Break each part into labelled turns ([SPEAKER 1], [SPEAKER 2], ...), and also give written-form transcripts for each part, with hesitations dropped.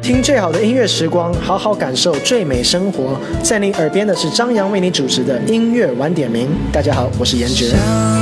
[SPEAKER 1] 听最好的音乐时光，好好感受最美生活。在你耳边的是张扬为你主持的音乐晚点名。大家好，我是严爵。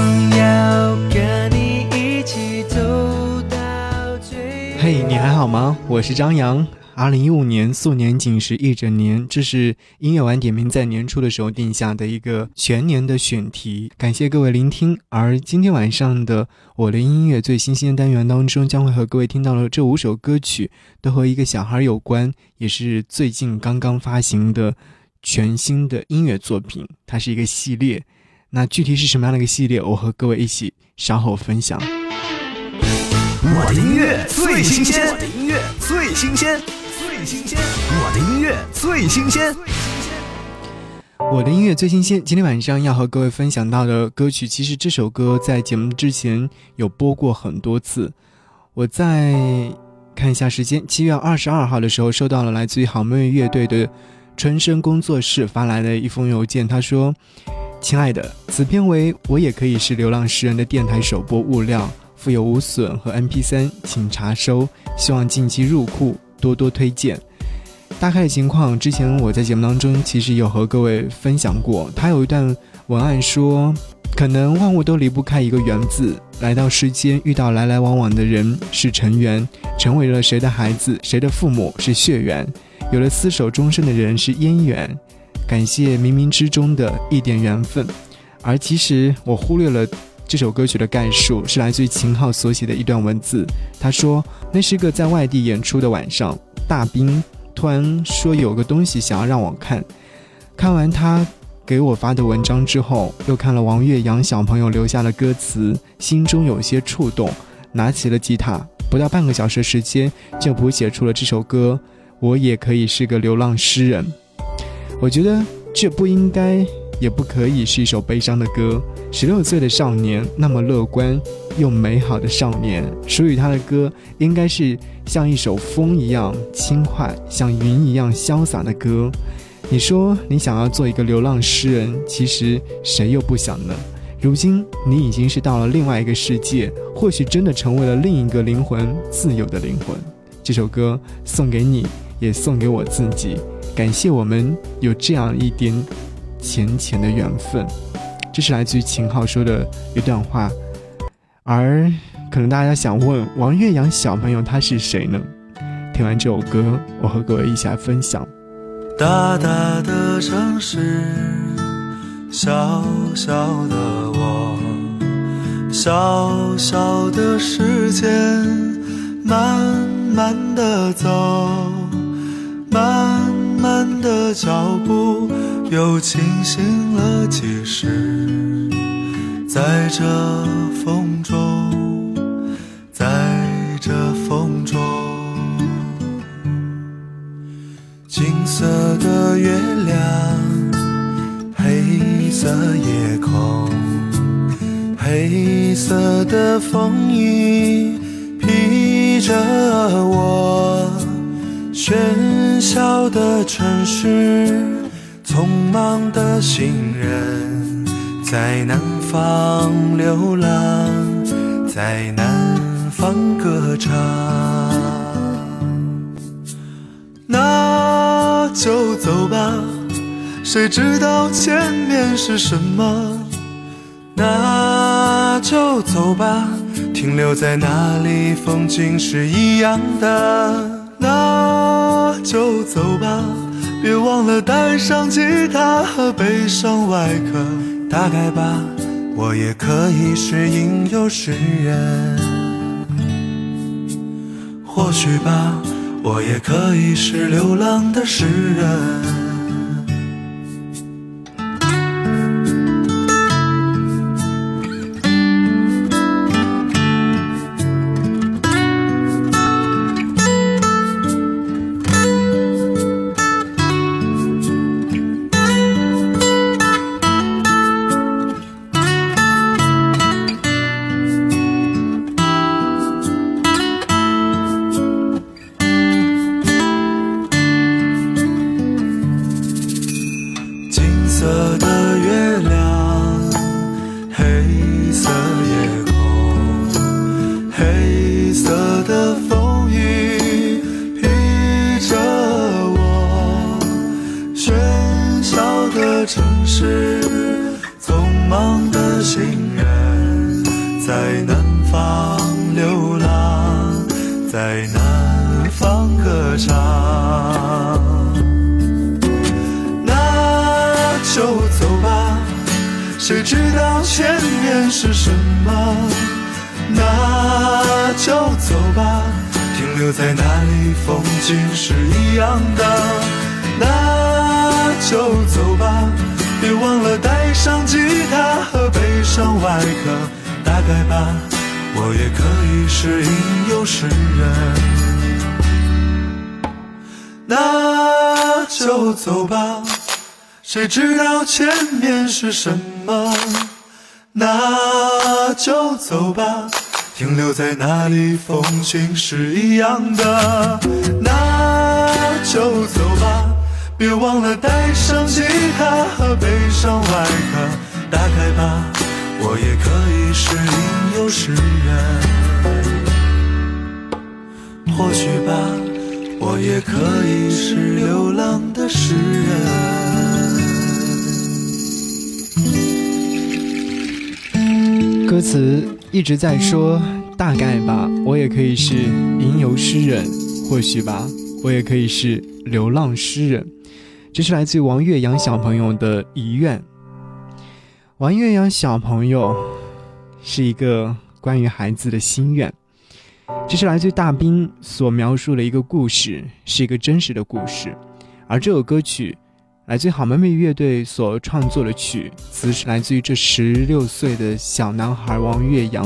[SPEAKER 2] 嘿，你还好吗？我是张扬。2015年素年锦时一整年，这是音乐晚点名在年初的时候定下的一个全年的选题，感谢各位聆听。而今天晚上的我的音乐最新鲜单元当中，将会和各位听到的这5首歌曲都和一个小孩有关，也是最近刚刚发行的全新的音乐作品，它是一个系列。那具体是什么样的一个系列，我和各位一起稍后分享。
[SPEAKER 3] 我的音乐最新鲜，我的音乐最新鲜，最新鲜，我的音乐最新鲜，
[SPEAKER 2] 我的音乐最新鲜。今天晚上要和各位分享到的歌曲，其实这首歌在节目之前有播过很多次。我再看一下时间，7月22号的时候收到了来自于好妹妹乐队的春生工作室发来的一封邮件，他说：亲爱的，此片为我也可以是流浪诗人的电台首播物料，附有无损和 MP3， 请查收，希望近期入库，多多推荐。大概的情况之前我在节目当中其实有和各位分享过，他有一段文案说，可能万物都离不开一个缘字，来到世间遇到来来往往的人是尘缘，成为了谁的孩子谁的父母是血缘，有了厮守终身的人是姻缘，感谢冥冥之中的一点缘分。而其实我忽略了这首歌曲的概述，是来自于秦昊所写的一段文字。他说，那是个在外地演出的晚上，大兵突然说有个东西想要让我看，看完他给我发的文章之后，又看了王岳阳小朋友留下的歌词，心中有些触动，拿起了吉他，不到半个小时的时间就谱写出了这首歌，我也可以是个流浪诗人。我觉得这不应该也不可以是一首悲伤的歌。16岁的少年，那么乐观又美好的少年，属于他的歌应该是像一首风一样轻快，像云一样潇洒的歌。你说你想要做一个流浪诗人，其实谁又不想呢？如今你已经是到了另外一个世界，或许真的成为了另一个灵魂，自由的灵魂。这首歌送给你，也送给我自己，感谢我们有这样一点浅浅的缘分。这是来自于秦昊说的一段话。而可能大家想问，王岳阳小朋友他是谁呢？听完这首歌，我和各位一起来分享。
[SPEAKER 4] 大大的城市，小小的我，小小的时间，慢慢的走，慢慢的脚步又清醒了几时，在这风中，在这风中，金色的月亮，黑色夜空，黑色的风衣披着我，喧嚣的城市，匆忙的行人，在南方流浪，在南方歌唱。那就走吧，谁知道前面是什么？那就走吧，停留在那里风景是一样的。那就走吧，别忘了带上吉他和悲伤外壳。大概吧，我也可以是吟游诗人，或许吧，我也可以是流浪的诗人。 方歌唱。那就走吧，谁知道前面是什么？那就走吧，停留在那里风景是一样的。那就走吧，别忘了带上吉他和悲伤外壳。大概吧，我也可以是吟游诗人。那就走吧，谁知道前面是什么？那就走吧，停留在那里风景是一样的。那就走吧，别忘了带上吉他和悲伤外壳。大概吧，我也可以是吟游诗人。或许吧，我也可以是流浪的诗人。
[SPEAKER 2] 歌词一直在说，大概吧，我也可以是吟游诗人，或许吧，我也可以是流浪诗人。这是来自于王岳阳小朋友的遗愿。王岳阳小朋友是一个关于孩子的心愿，这是来自于大兵所描述的一个故事，是一个真实的故事。而这首歌曲来自于好妹妹乐队所创作的曲，词是来自于这16岁的小男孩王岳阳。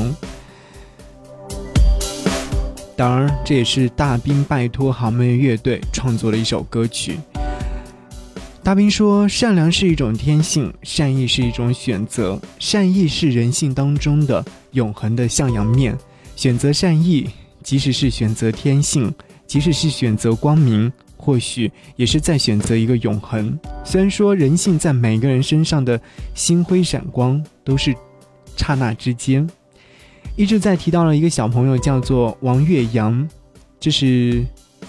[SPEAKER 2] 当然这也是大兵拜托好妹妹乐队创作的一首歌曲。大兵说，善良是一种天性，善意是一种选择，善意是人性当中的永恒的向阳面，选择善意，即使是选择天性，即使是选择光明，或许也是在选择一个永恒。虽然说人性在每个人身上的星辉闪光都是刹那之间。一直在提到了一个小朋友叫做王岳阳，这是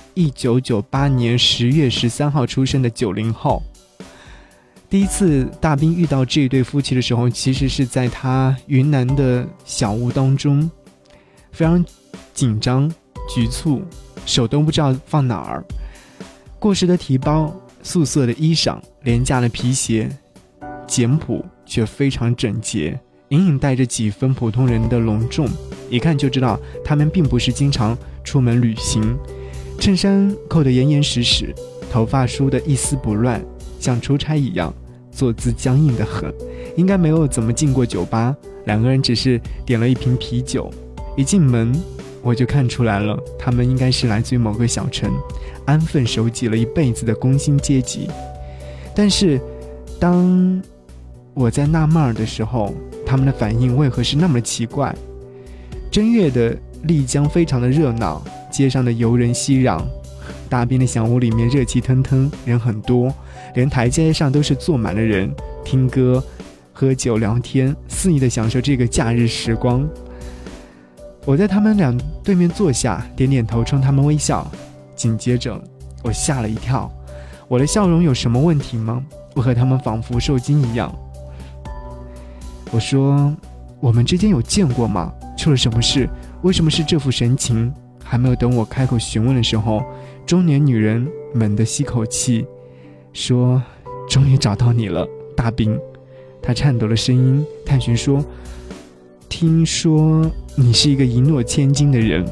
[SPEAKER 2] 1998年10月13号出生的90后。第一次大兵遇到这对夫妻的时候，其实是在他云南的小屋当中，非常紧张局促，手都不知道放哪儿。过时的提包，素色的衣裳，廉价的皮鞋，简朴却非常整洁，隐隐带着几分普通人的隆重，一看就知道他们并不是经常出门旅行。衬衫扣得严严实实，头发梳得一丝不乱，像出差一样，坐姿僵硬得很，应该没有怎么进过酒吧。两个人只是点了一瓶啤酒，一进门我就看出来了，他们应该是来自于某个小城，安分守己了一辈子的工薪阶级。但是当我在纳闷的时候，他们的反应为何是那么奇怪？正月的丽江非常的热闹，街上的游人熙攘，大兵的小屋里面热气腾腾，人很多，连台阶上都是坐满了人，听歌喝酒聊天，肆意的享受这个假日时光。我在他们俩对面坐下，点点头冲他们微笑，紧接着我吓了一跳，我的笑容有什么问题吗？我和他们仿佛受惊一样。我说，我们之间有见过吗？出了什么事？为什么是这副神情？还没有等我开口询问的时候，中年女人猛地吸口气，说，终于找到你了，大兵。她颤抖的声音探寻说，听说你是一个一诺千金的人。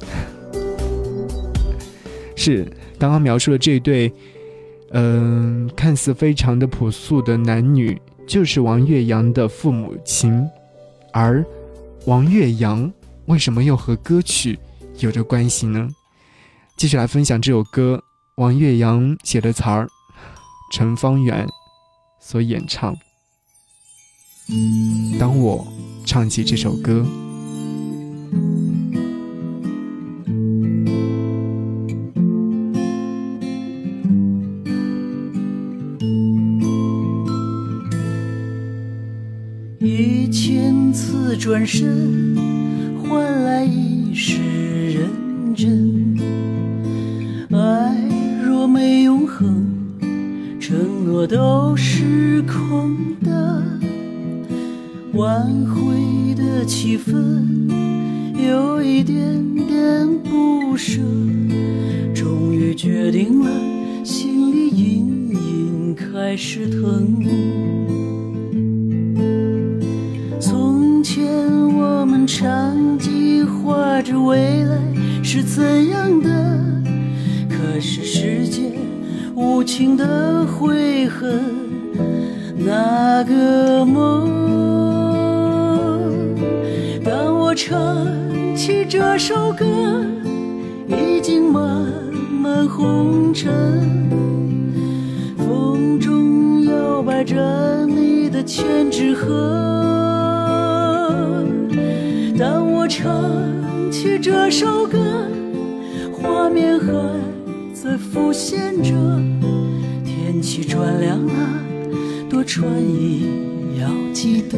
[SPEAKER 2] 是，刚刚描述的这一对看似非常的朴素的男女，就是王岳阳的父母亲。而王岳阳为什么又和歌曲有着关系呢？继续来分享这首歌，王岳阳写的词儿，陈方圆所演唱。当我唱起这首歌，
[SPEAKER 5] 1000次转身换来一世认真，爱若没永恒，承诺都是空的，挽回的气氛有一点点不舍， 决定了，心里隐隐开始疼。从前我们常计划着未来是怎样的，可是世界无情的悔恨那个梦。当我唱起这首歌，已经漫漫红尘，风中摇摆着你的千纸鹤。当我唱起这首歌，画面还在浮现着，天气转凉了，多穿衣要记得。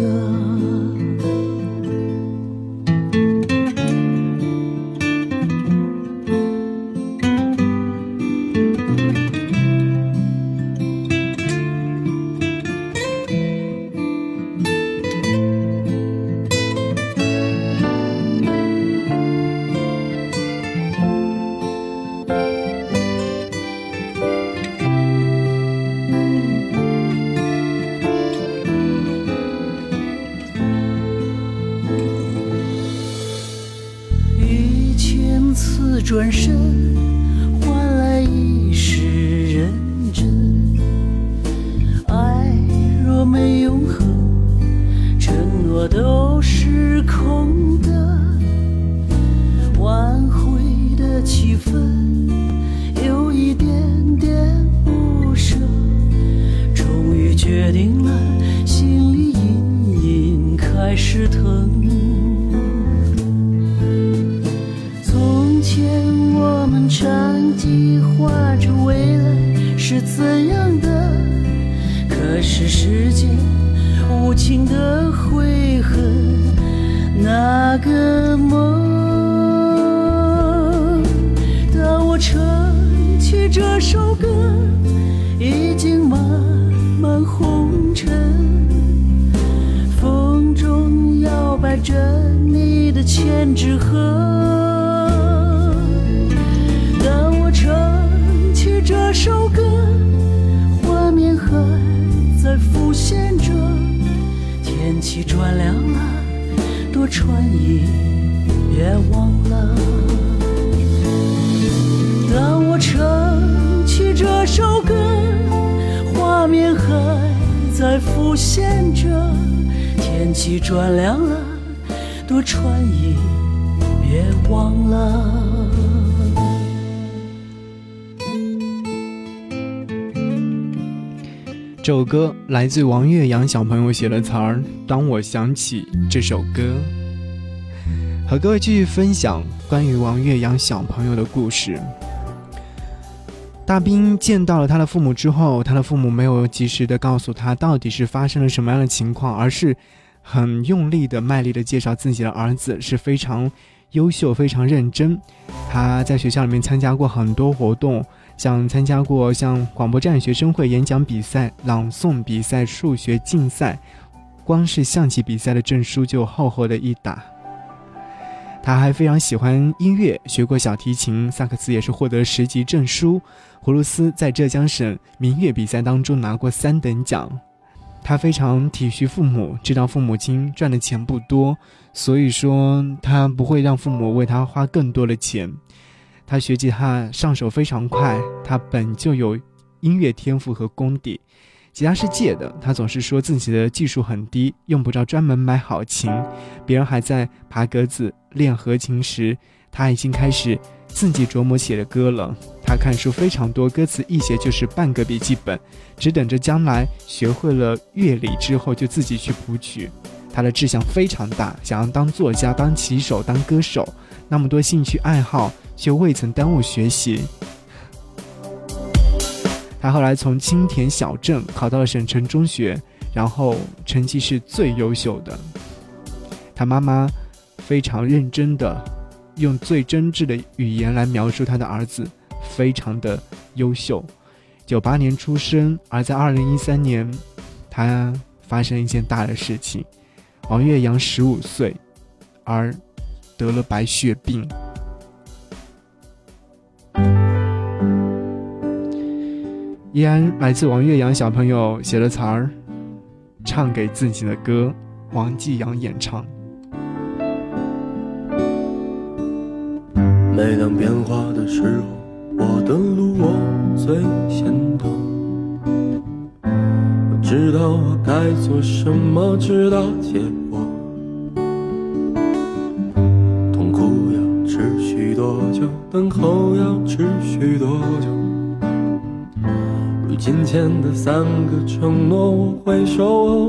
[SPEAKER 5] 转身换来一世认真，爱若没永恒，承诺都是空的，挽回的气氛有一点点不舍，终于决定了，心里隐隐开始疼。我们常计划着未来是怎样的，可是世界无情的悔恨那个梦。当我唱起这首歌，已经漫漫红尘，风中摇摆着你的千纸鹤。唱起这首歌，画面还在浮现着，天气转凉了，多穿衣别忘了。当我唱起这首歌，画面还在浮现着，天气转凉了，多穿衣别忘了。
[SPEAKER 2] 这首歌来自王岳阳小朋友写的词儿，当我想起这首歌。和各位继续分享关于王岳阳小朋友的故事。大兵见到了他的父母之后，他的父母没有及时的告诉他到底是发生了什么样的情况，而是很用力的卖力的介绍自己的儿子是非常优秀非常认真，他在学校里面参加过很多活动，像参加过像广播站学生会演讲比赛、朗诵比赛、数学竞赛，光是象棋比赛的证书就厚厚的一沓。他还非常喜欢音乐，学过小提琴、萨克斯，也是获得10级证书。葫芦丝在浙江省民乐比赛当中拿过3等奖。他非常体恤父母，知道父母亲赚的钱不多，所以说他不会让父母为他花更多的钱。他学吉他上手非常快，他本就有音乐天赋和功底。吉他是借的，他总是说自己的技术很低，用不着专门买好琴。别人还在爬格子练合琴时，他已经开始自己琢磨写的歌了。他看书非常多，歌词一写就是半个笔记本，只等着将来学会了乐理之后就自己去谱曲。他的志向非常大，想要当作家、当棋手、当歌手，那么多兴趣爱好却未曾耽误学习。他后来从青田小镇考到了省城中学，然后成绩是最优秀的。他妈妈非常认真的用最真挚的语言来描述他的儿子非常的优秀。98年出生，而在2013年他发生一件大的事情，王岳阳15岁而得了白血病。 依然来自王岳阳小朋友写的词儿，唱给自己的歌，王继阳演唱。
[SPEAKER 4] 每当变化的时候，我的路我最先懂。我知道我该做什么，知道结果。痛苦要持续多久，等候要持续多久。如今前的3个承诺我会守候。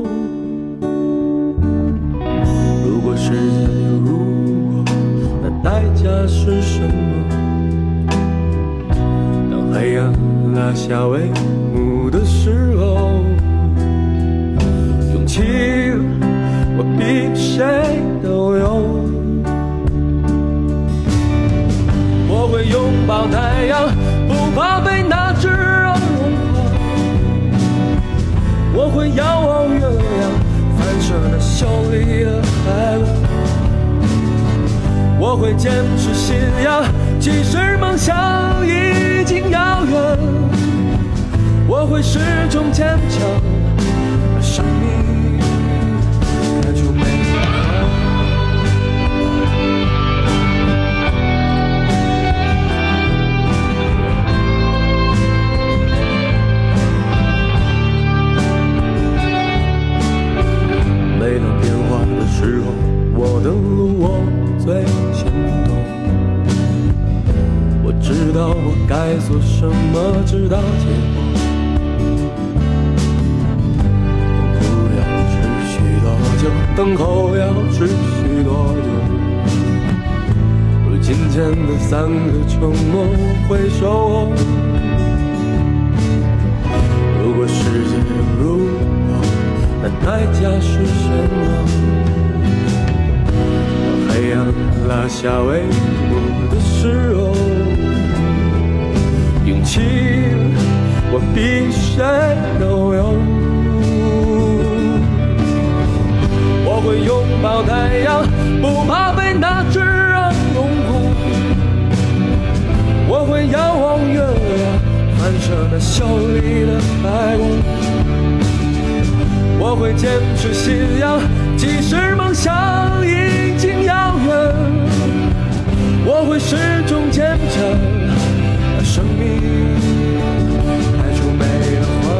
[SPEAKER 4] 如果世界有如果，那代价是什么？当黑暗拉下帷幕的时候，勇气我比谁都有。我会拥抱太阳，不怕被那炙热融化。我会遥望月亮，反射那秀丽的海光。我会坚持信仰，即使梦想已经遥远。我会始终坚强，把生命开出美好。每当变化的时候，我的路我最先懂。我知道我该做什么，知道结果。痛苦要持续多久，等候要持续多久。如今前的3个承诺我会守候。如果世界有如果，那代价是什么？黑暗拉下帷幕的时候，勇气我比谁都有。我会拥抱太阳，不怕被那炙热融化。我会遥望月亮，反射那秀丽的白光。我会坚持信仰，即使梦想已经遥远。我会始终坚强，把生命开出美的花。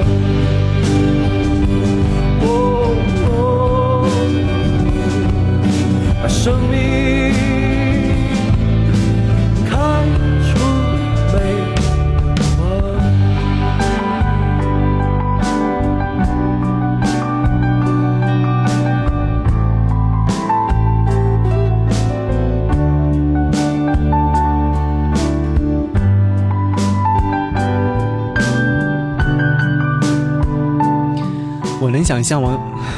[SPEAKER 4] 把生命开出美的花。
[SPEAKER 2] 我能想象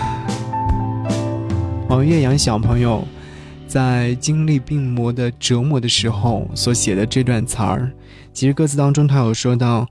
[SPEAKER 2] 王岳阳小朋友在经历病魔的折磨的时候所写的这段词儿。其实歌词当中他有说到，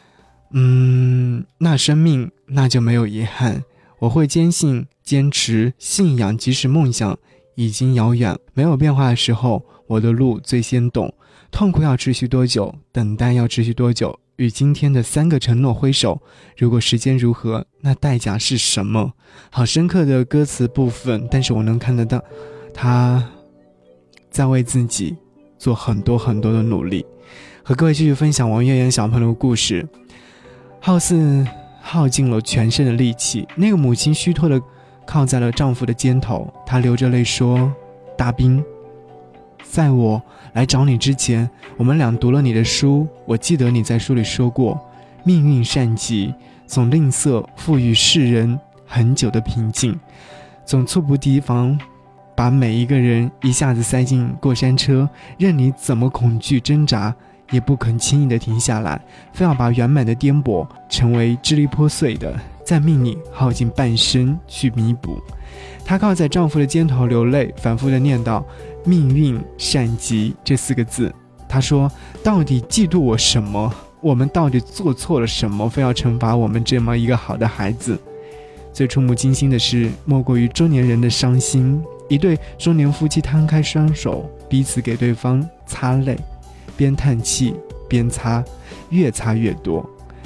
[SPEAKER 2] 那生命那就没有遗憾，我会坚信坚持信仰，即使梦想已经遥远。没有变化的时候，我的路最先懂。痛苦要持续多久，等待要持续多久，与今天的3个承诺挥手。如果时间如何，那代价是什么？好深刻的歌词部分，但是我能看得到他在为自己做很多很多的努力。和各位继续分享王岳阳小朋友的故事。好似耗尽了全身的力气，那个母亲虚脱的靠在了丈夫的肩头，她流着泪说，大兵，在我来找你之前，我们俩读了你的书。我记得你在书里说过，命运善极，总吝啬赋予世人很久的平静，总猝不及防把每一个人一下子塞进过山车，任你怎么恐惧挣扎，也不肯轻易地停下来，非要把圆满的颠簸成为支离破碎的，再命你耗尽半生去弥补。她靠在丈夫的肩头流泪，反复地念叨命运善极这4个字。她说，到底嫉妒我什么？我们到底做错了什么，非要惩罚我们这么一个好的孩子？最触目惊心的是，莫过于中年人的伤心。一对中年夫妻摊开双手，彼此给对方擦泪，边叹气边擦，越擦越多。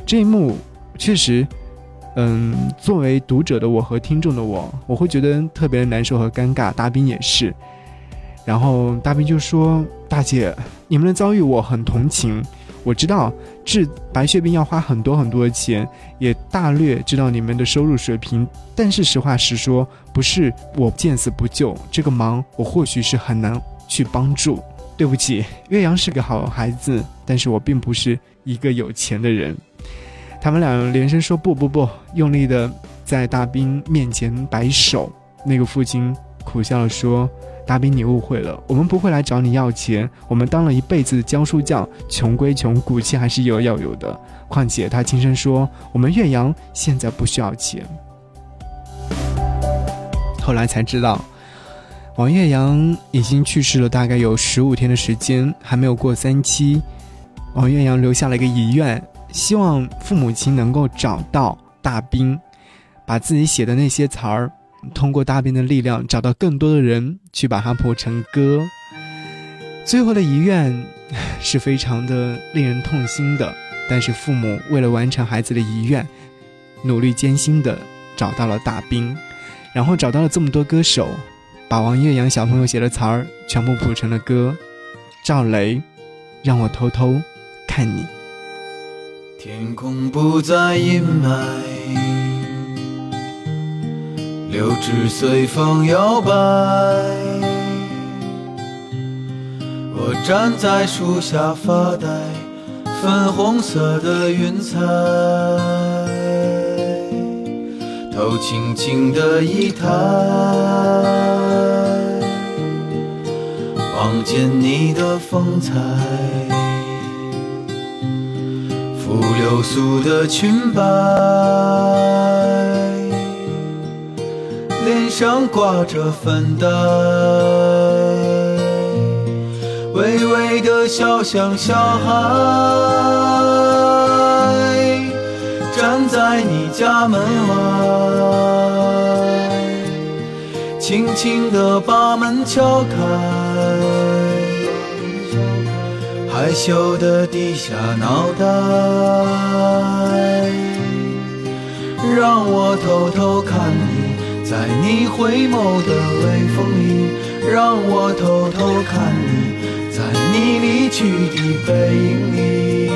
[SPEAKER 2] 这一幕确实作为读者的我和听众的我会觉得特别的难受和尴尬，大兵也是。然后大兵就说，大姐，你们的遭遇我很同情，我知道治白血病要花很多很多的钱，也大略知道你们的收入水平，但是实话实说，不是我见死不救，这个忙我或许是很难去帮助，对不起，岳阳是个好孩子，但是我并不是一个有钱的人。他们俩连声说不，用力的在大兵面前摆手。那个父亲苦笑地说，大兵，你误会了，我们不会来找你要钱，我们当了一辈子的教书匠，穷归穷，骨气还是要有的。况且他轻声说，我们岳阳现在不需要钱。后来才知道，王岳阳已经去世了大概有15天的时间，还没有过3期。王岳阳留下了一个遗愿，希望父母亲能够找到大兵，把自己写的那些词儿通过大兵的力量找到更多的人去把它谱成歌。最后的遗愿是非常的令人痛心的，但是父母为了完成孩子的遗愿，努力艰辛的找到了大兵，然后找到了这么多歌手，把王岳阳小朋友写的词儿全部谱成了歌。赵雷，让我偷偷看你。
[SPEAKER 4] 天空不再阴霾，柳枝随风摇摆，我站在树下发呆，粉红色的云彩，头轻轻的一抬，望见你的风采，拂流苏的裙摆，脸上挂着粉黛，微微的笑像小孩，站在你家门外，轻轻地把门敲开，害羞地低下脑袋，让我偷偷看你，在你回眸的微风里，让我偷偷看你，在你离去的背影里。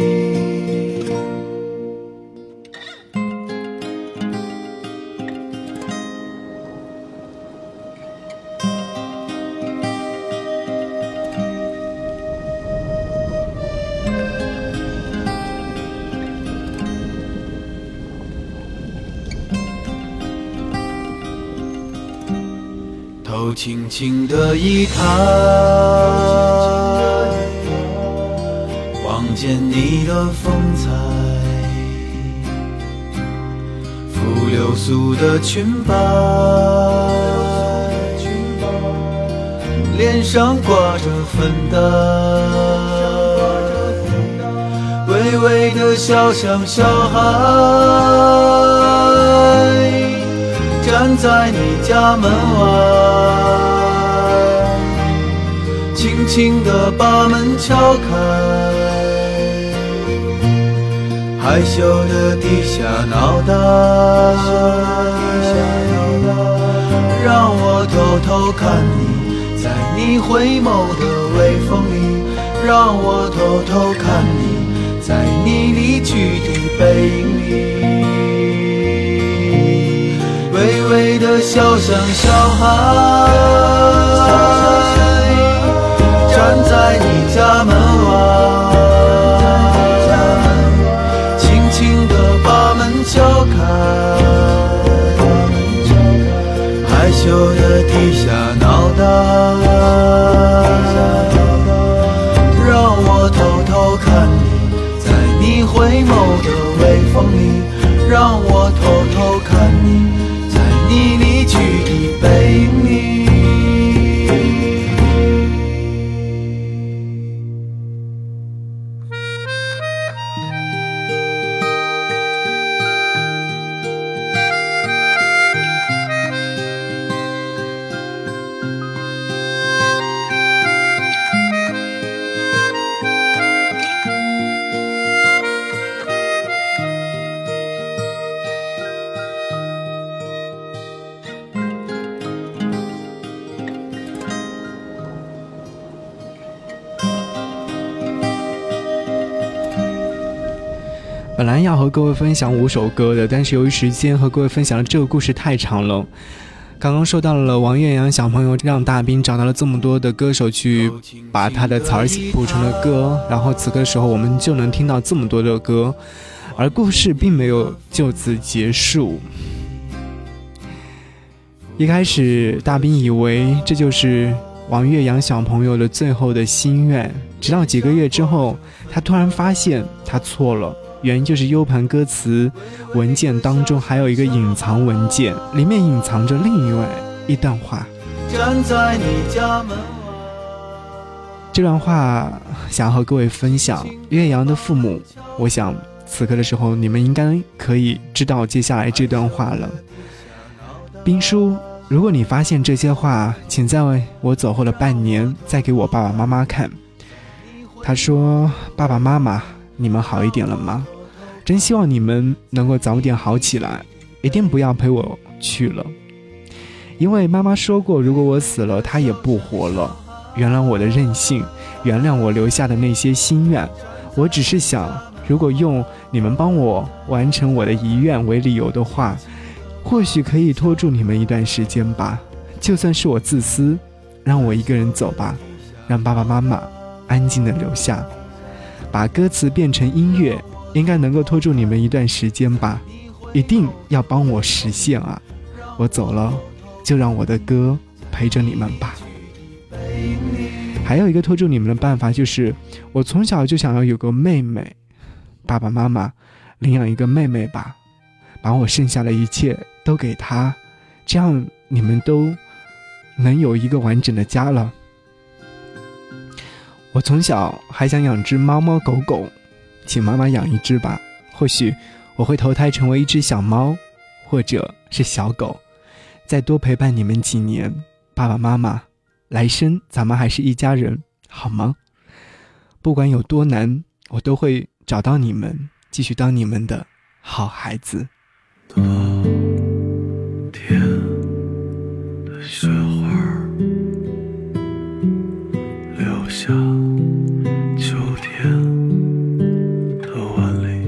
[SPEAKER 4] 头轻轻的一抬，望见你的风采，拂流苏的裙摆，脸上挂着粉黛，微微的笑像小孩，站在你家门外，轻轻地把门敲开，害羞地低下脑袋，让我偷偷看你，在你回眸的微风里，让我偷偷看你，在你离去的背影里，微微的笑像小孩，站在你家门外，轻轻地把门敲开，害羞地低下脑袋，让我偷偷看你，在你回眸的微风里，让我偷偷看你，在你离去的背影里。
[SPEAKER 2] 本来要和各位分享5首歌的，但是由于时间和各位分享的这个故事太长了。刚刚说到了王岳阳小朋友让大兵找到了这么多的歌手去把他的词儿谱成了歌，然后此刻的时候我们就能听到这么多的歌，而故事并没有就此结束。一开始大兵以为这就是王岳阳小朋友的最后的心愿，直到几个月之后，他突然发现他错了，原因就是 U 盘歌词文件当中还有一个隐藏文件，里面隐藏着另外一段话。站在你家门外，这段话想要和各位分享。岳阳的父母，我想此刻的时候你们应该可以知道接下来这段话了。兵叔，如果你发现这些话，请在我走后的半年再给我爸爸妈妈看。他说，爸爸妈妈，你们好一点了吗？真希望你们能够早点好起来，一定不要陪我去了。因为妈妈说过，如果我死了，她也不活了。原谅我的任性，原谅我留下的那些心愿。我只是想，如果用你们帮我完成我的遗愿为理由的话，或许可以拖住你们一段时间吧。就算是我自私，让我一个人走吧，让爸爸妈妈安静地留下。把歌词变成音乐，应该能够拖住你们一段时间吧。一定要帮我实现啊！我走了，就让我的歌陪着你们吧。还有一个拖住你们的办法，就是我从小就想要有个妹妹，爸爸妈妈领养一个妹妹吧，把我剩下的一切都给她，这样你们都能有一个完整的家了。我从小还想养只猫猫狗狗，请妈妈养一只吧，或许我会投胎成为一只小猫，或者是小狗，再多陪伴你们几年。爸爸妈妈，来生咱们还是一家人，好吗？不管有多难，我都会找到你们，继续当你们的好孩子。
[SPEAKER 4] 冬天的雪花留下秋天的纹理，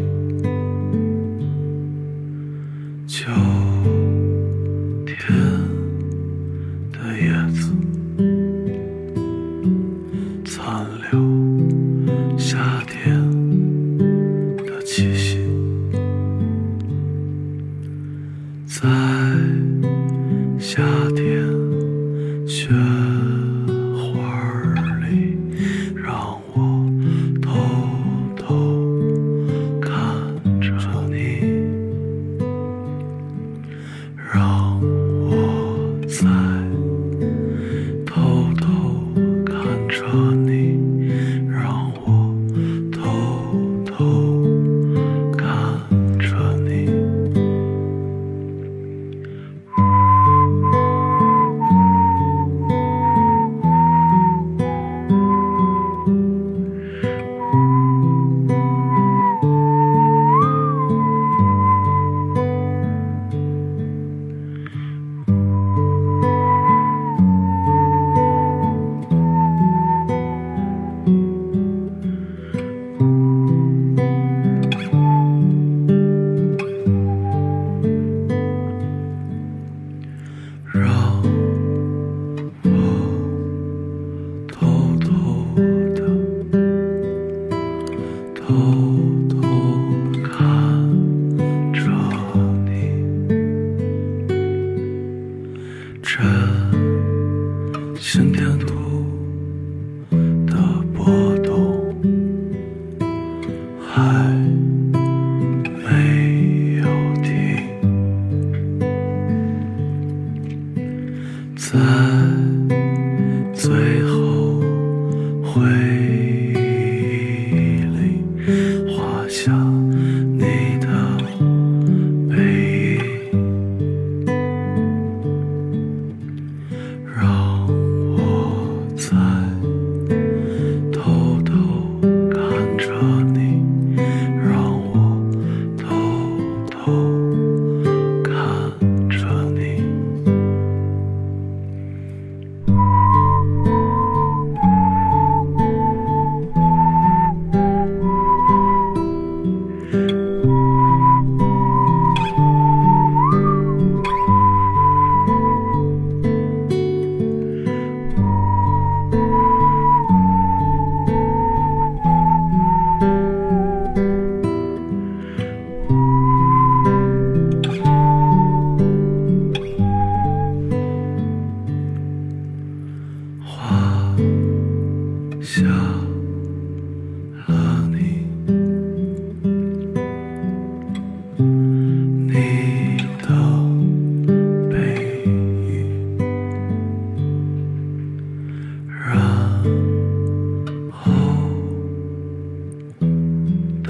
[SPEAKER 4] 秋天的叶子残留夏天的气息，在夏天雪花里，让我偷偷看着你，让我在偷偷看着你，让我偷偷看着你。让我偷偷的看着你，这心电图的波动还没有停，在最后回忆里画下你的背影，让我在偷偷看着你，让我偷偷看着你。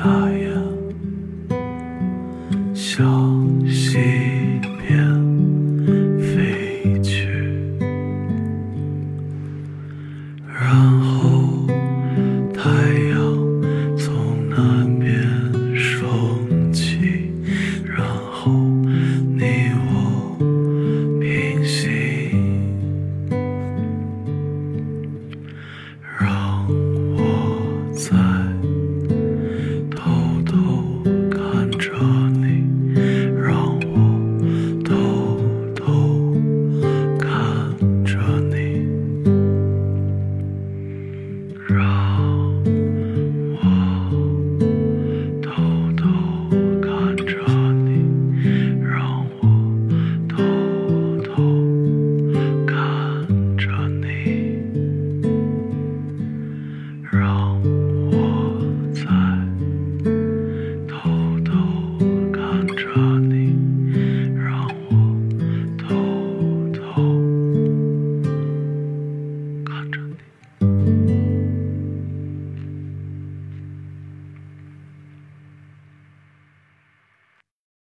[SPEAKER 4] 大雁向西边飞去，然后太阳从南边升起，然后你我平行，让我在偷偷看着你，让我偷偷看着你，让我偷偷看着你，让我偷偷看着你，让我在偷偷看着你，让我偷偷看着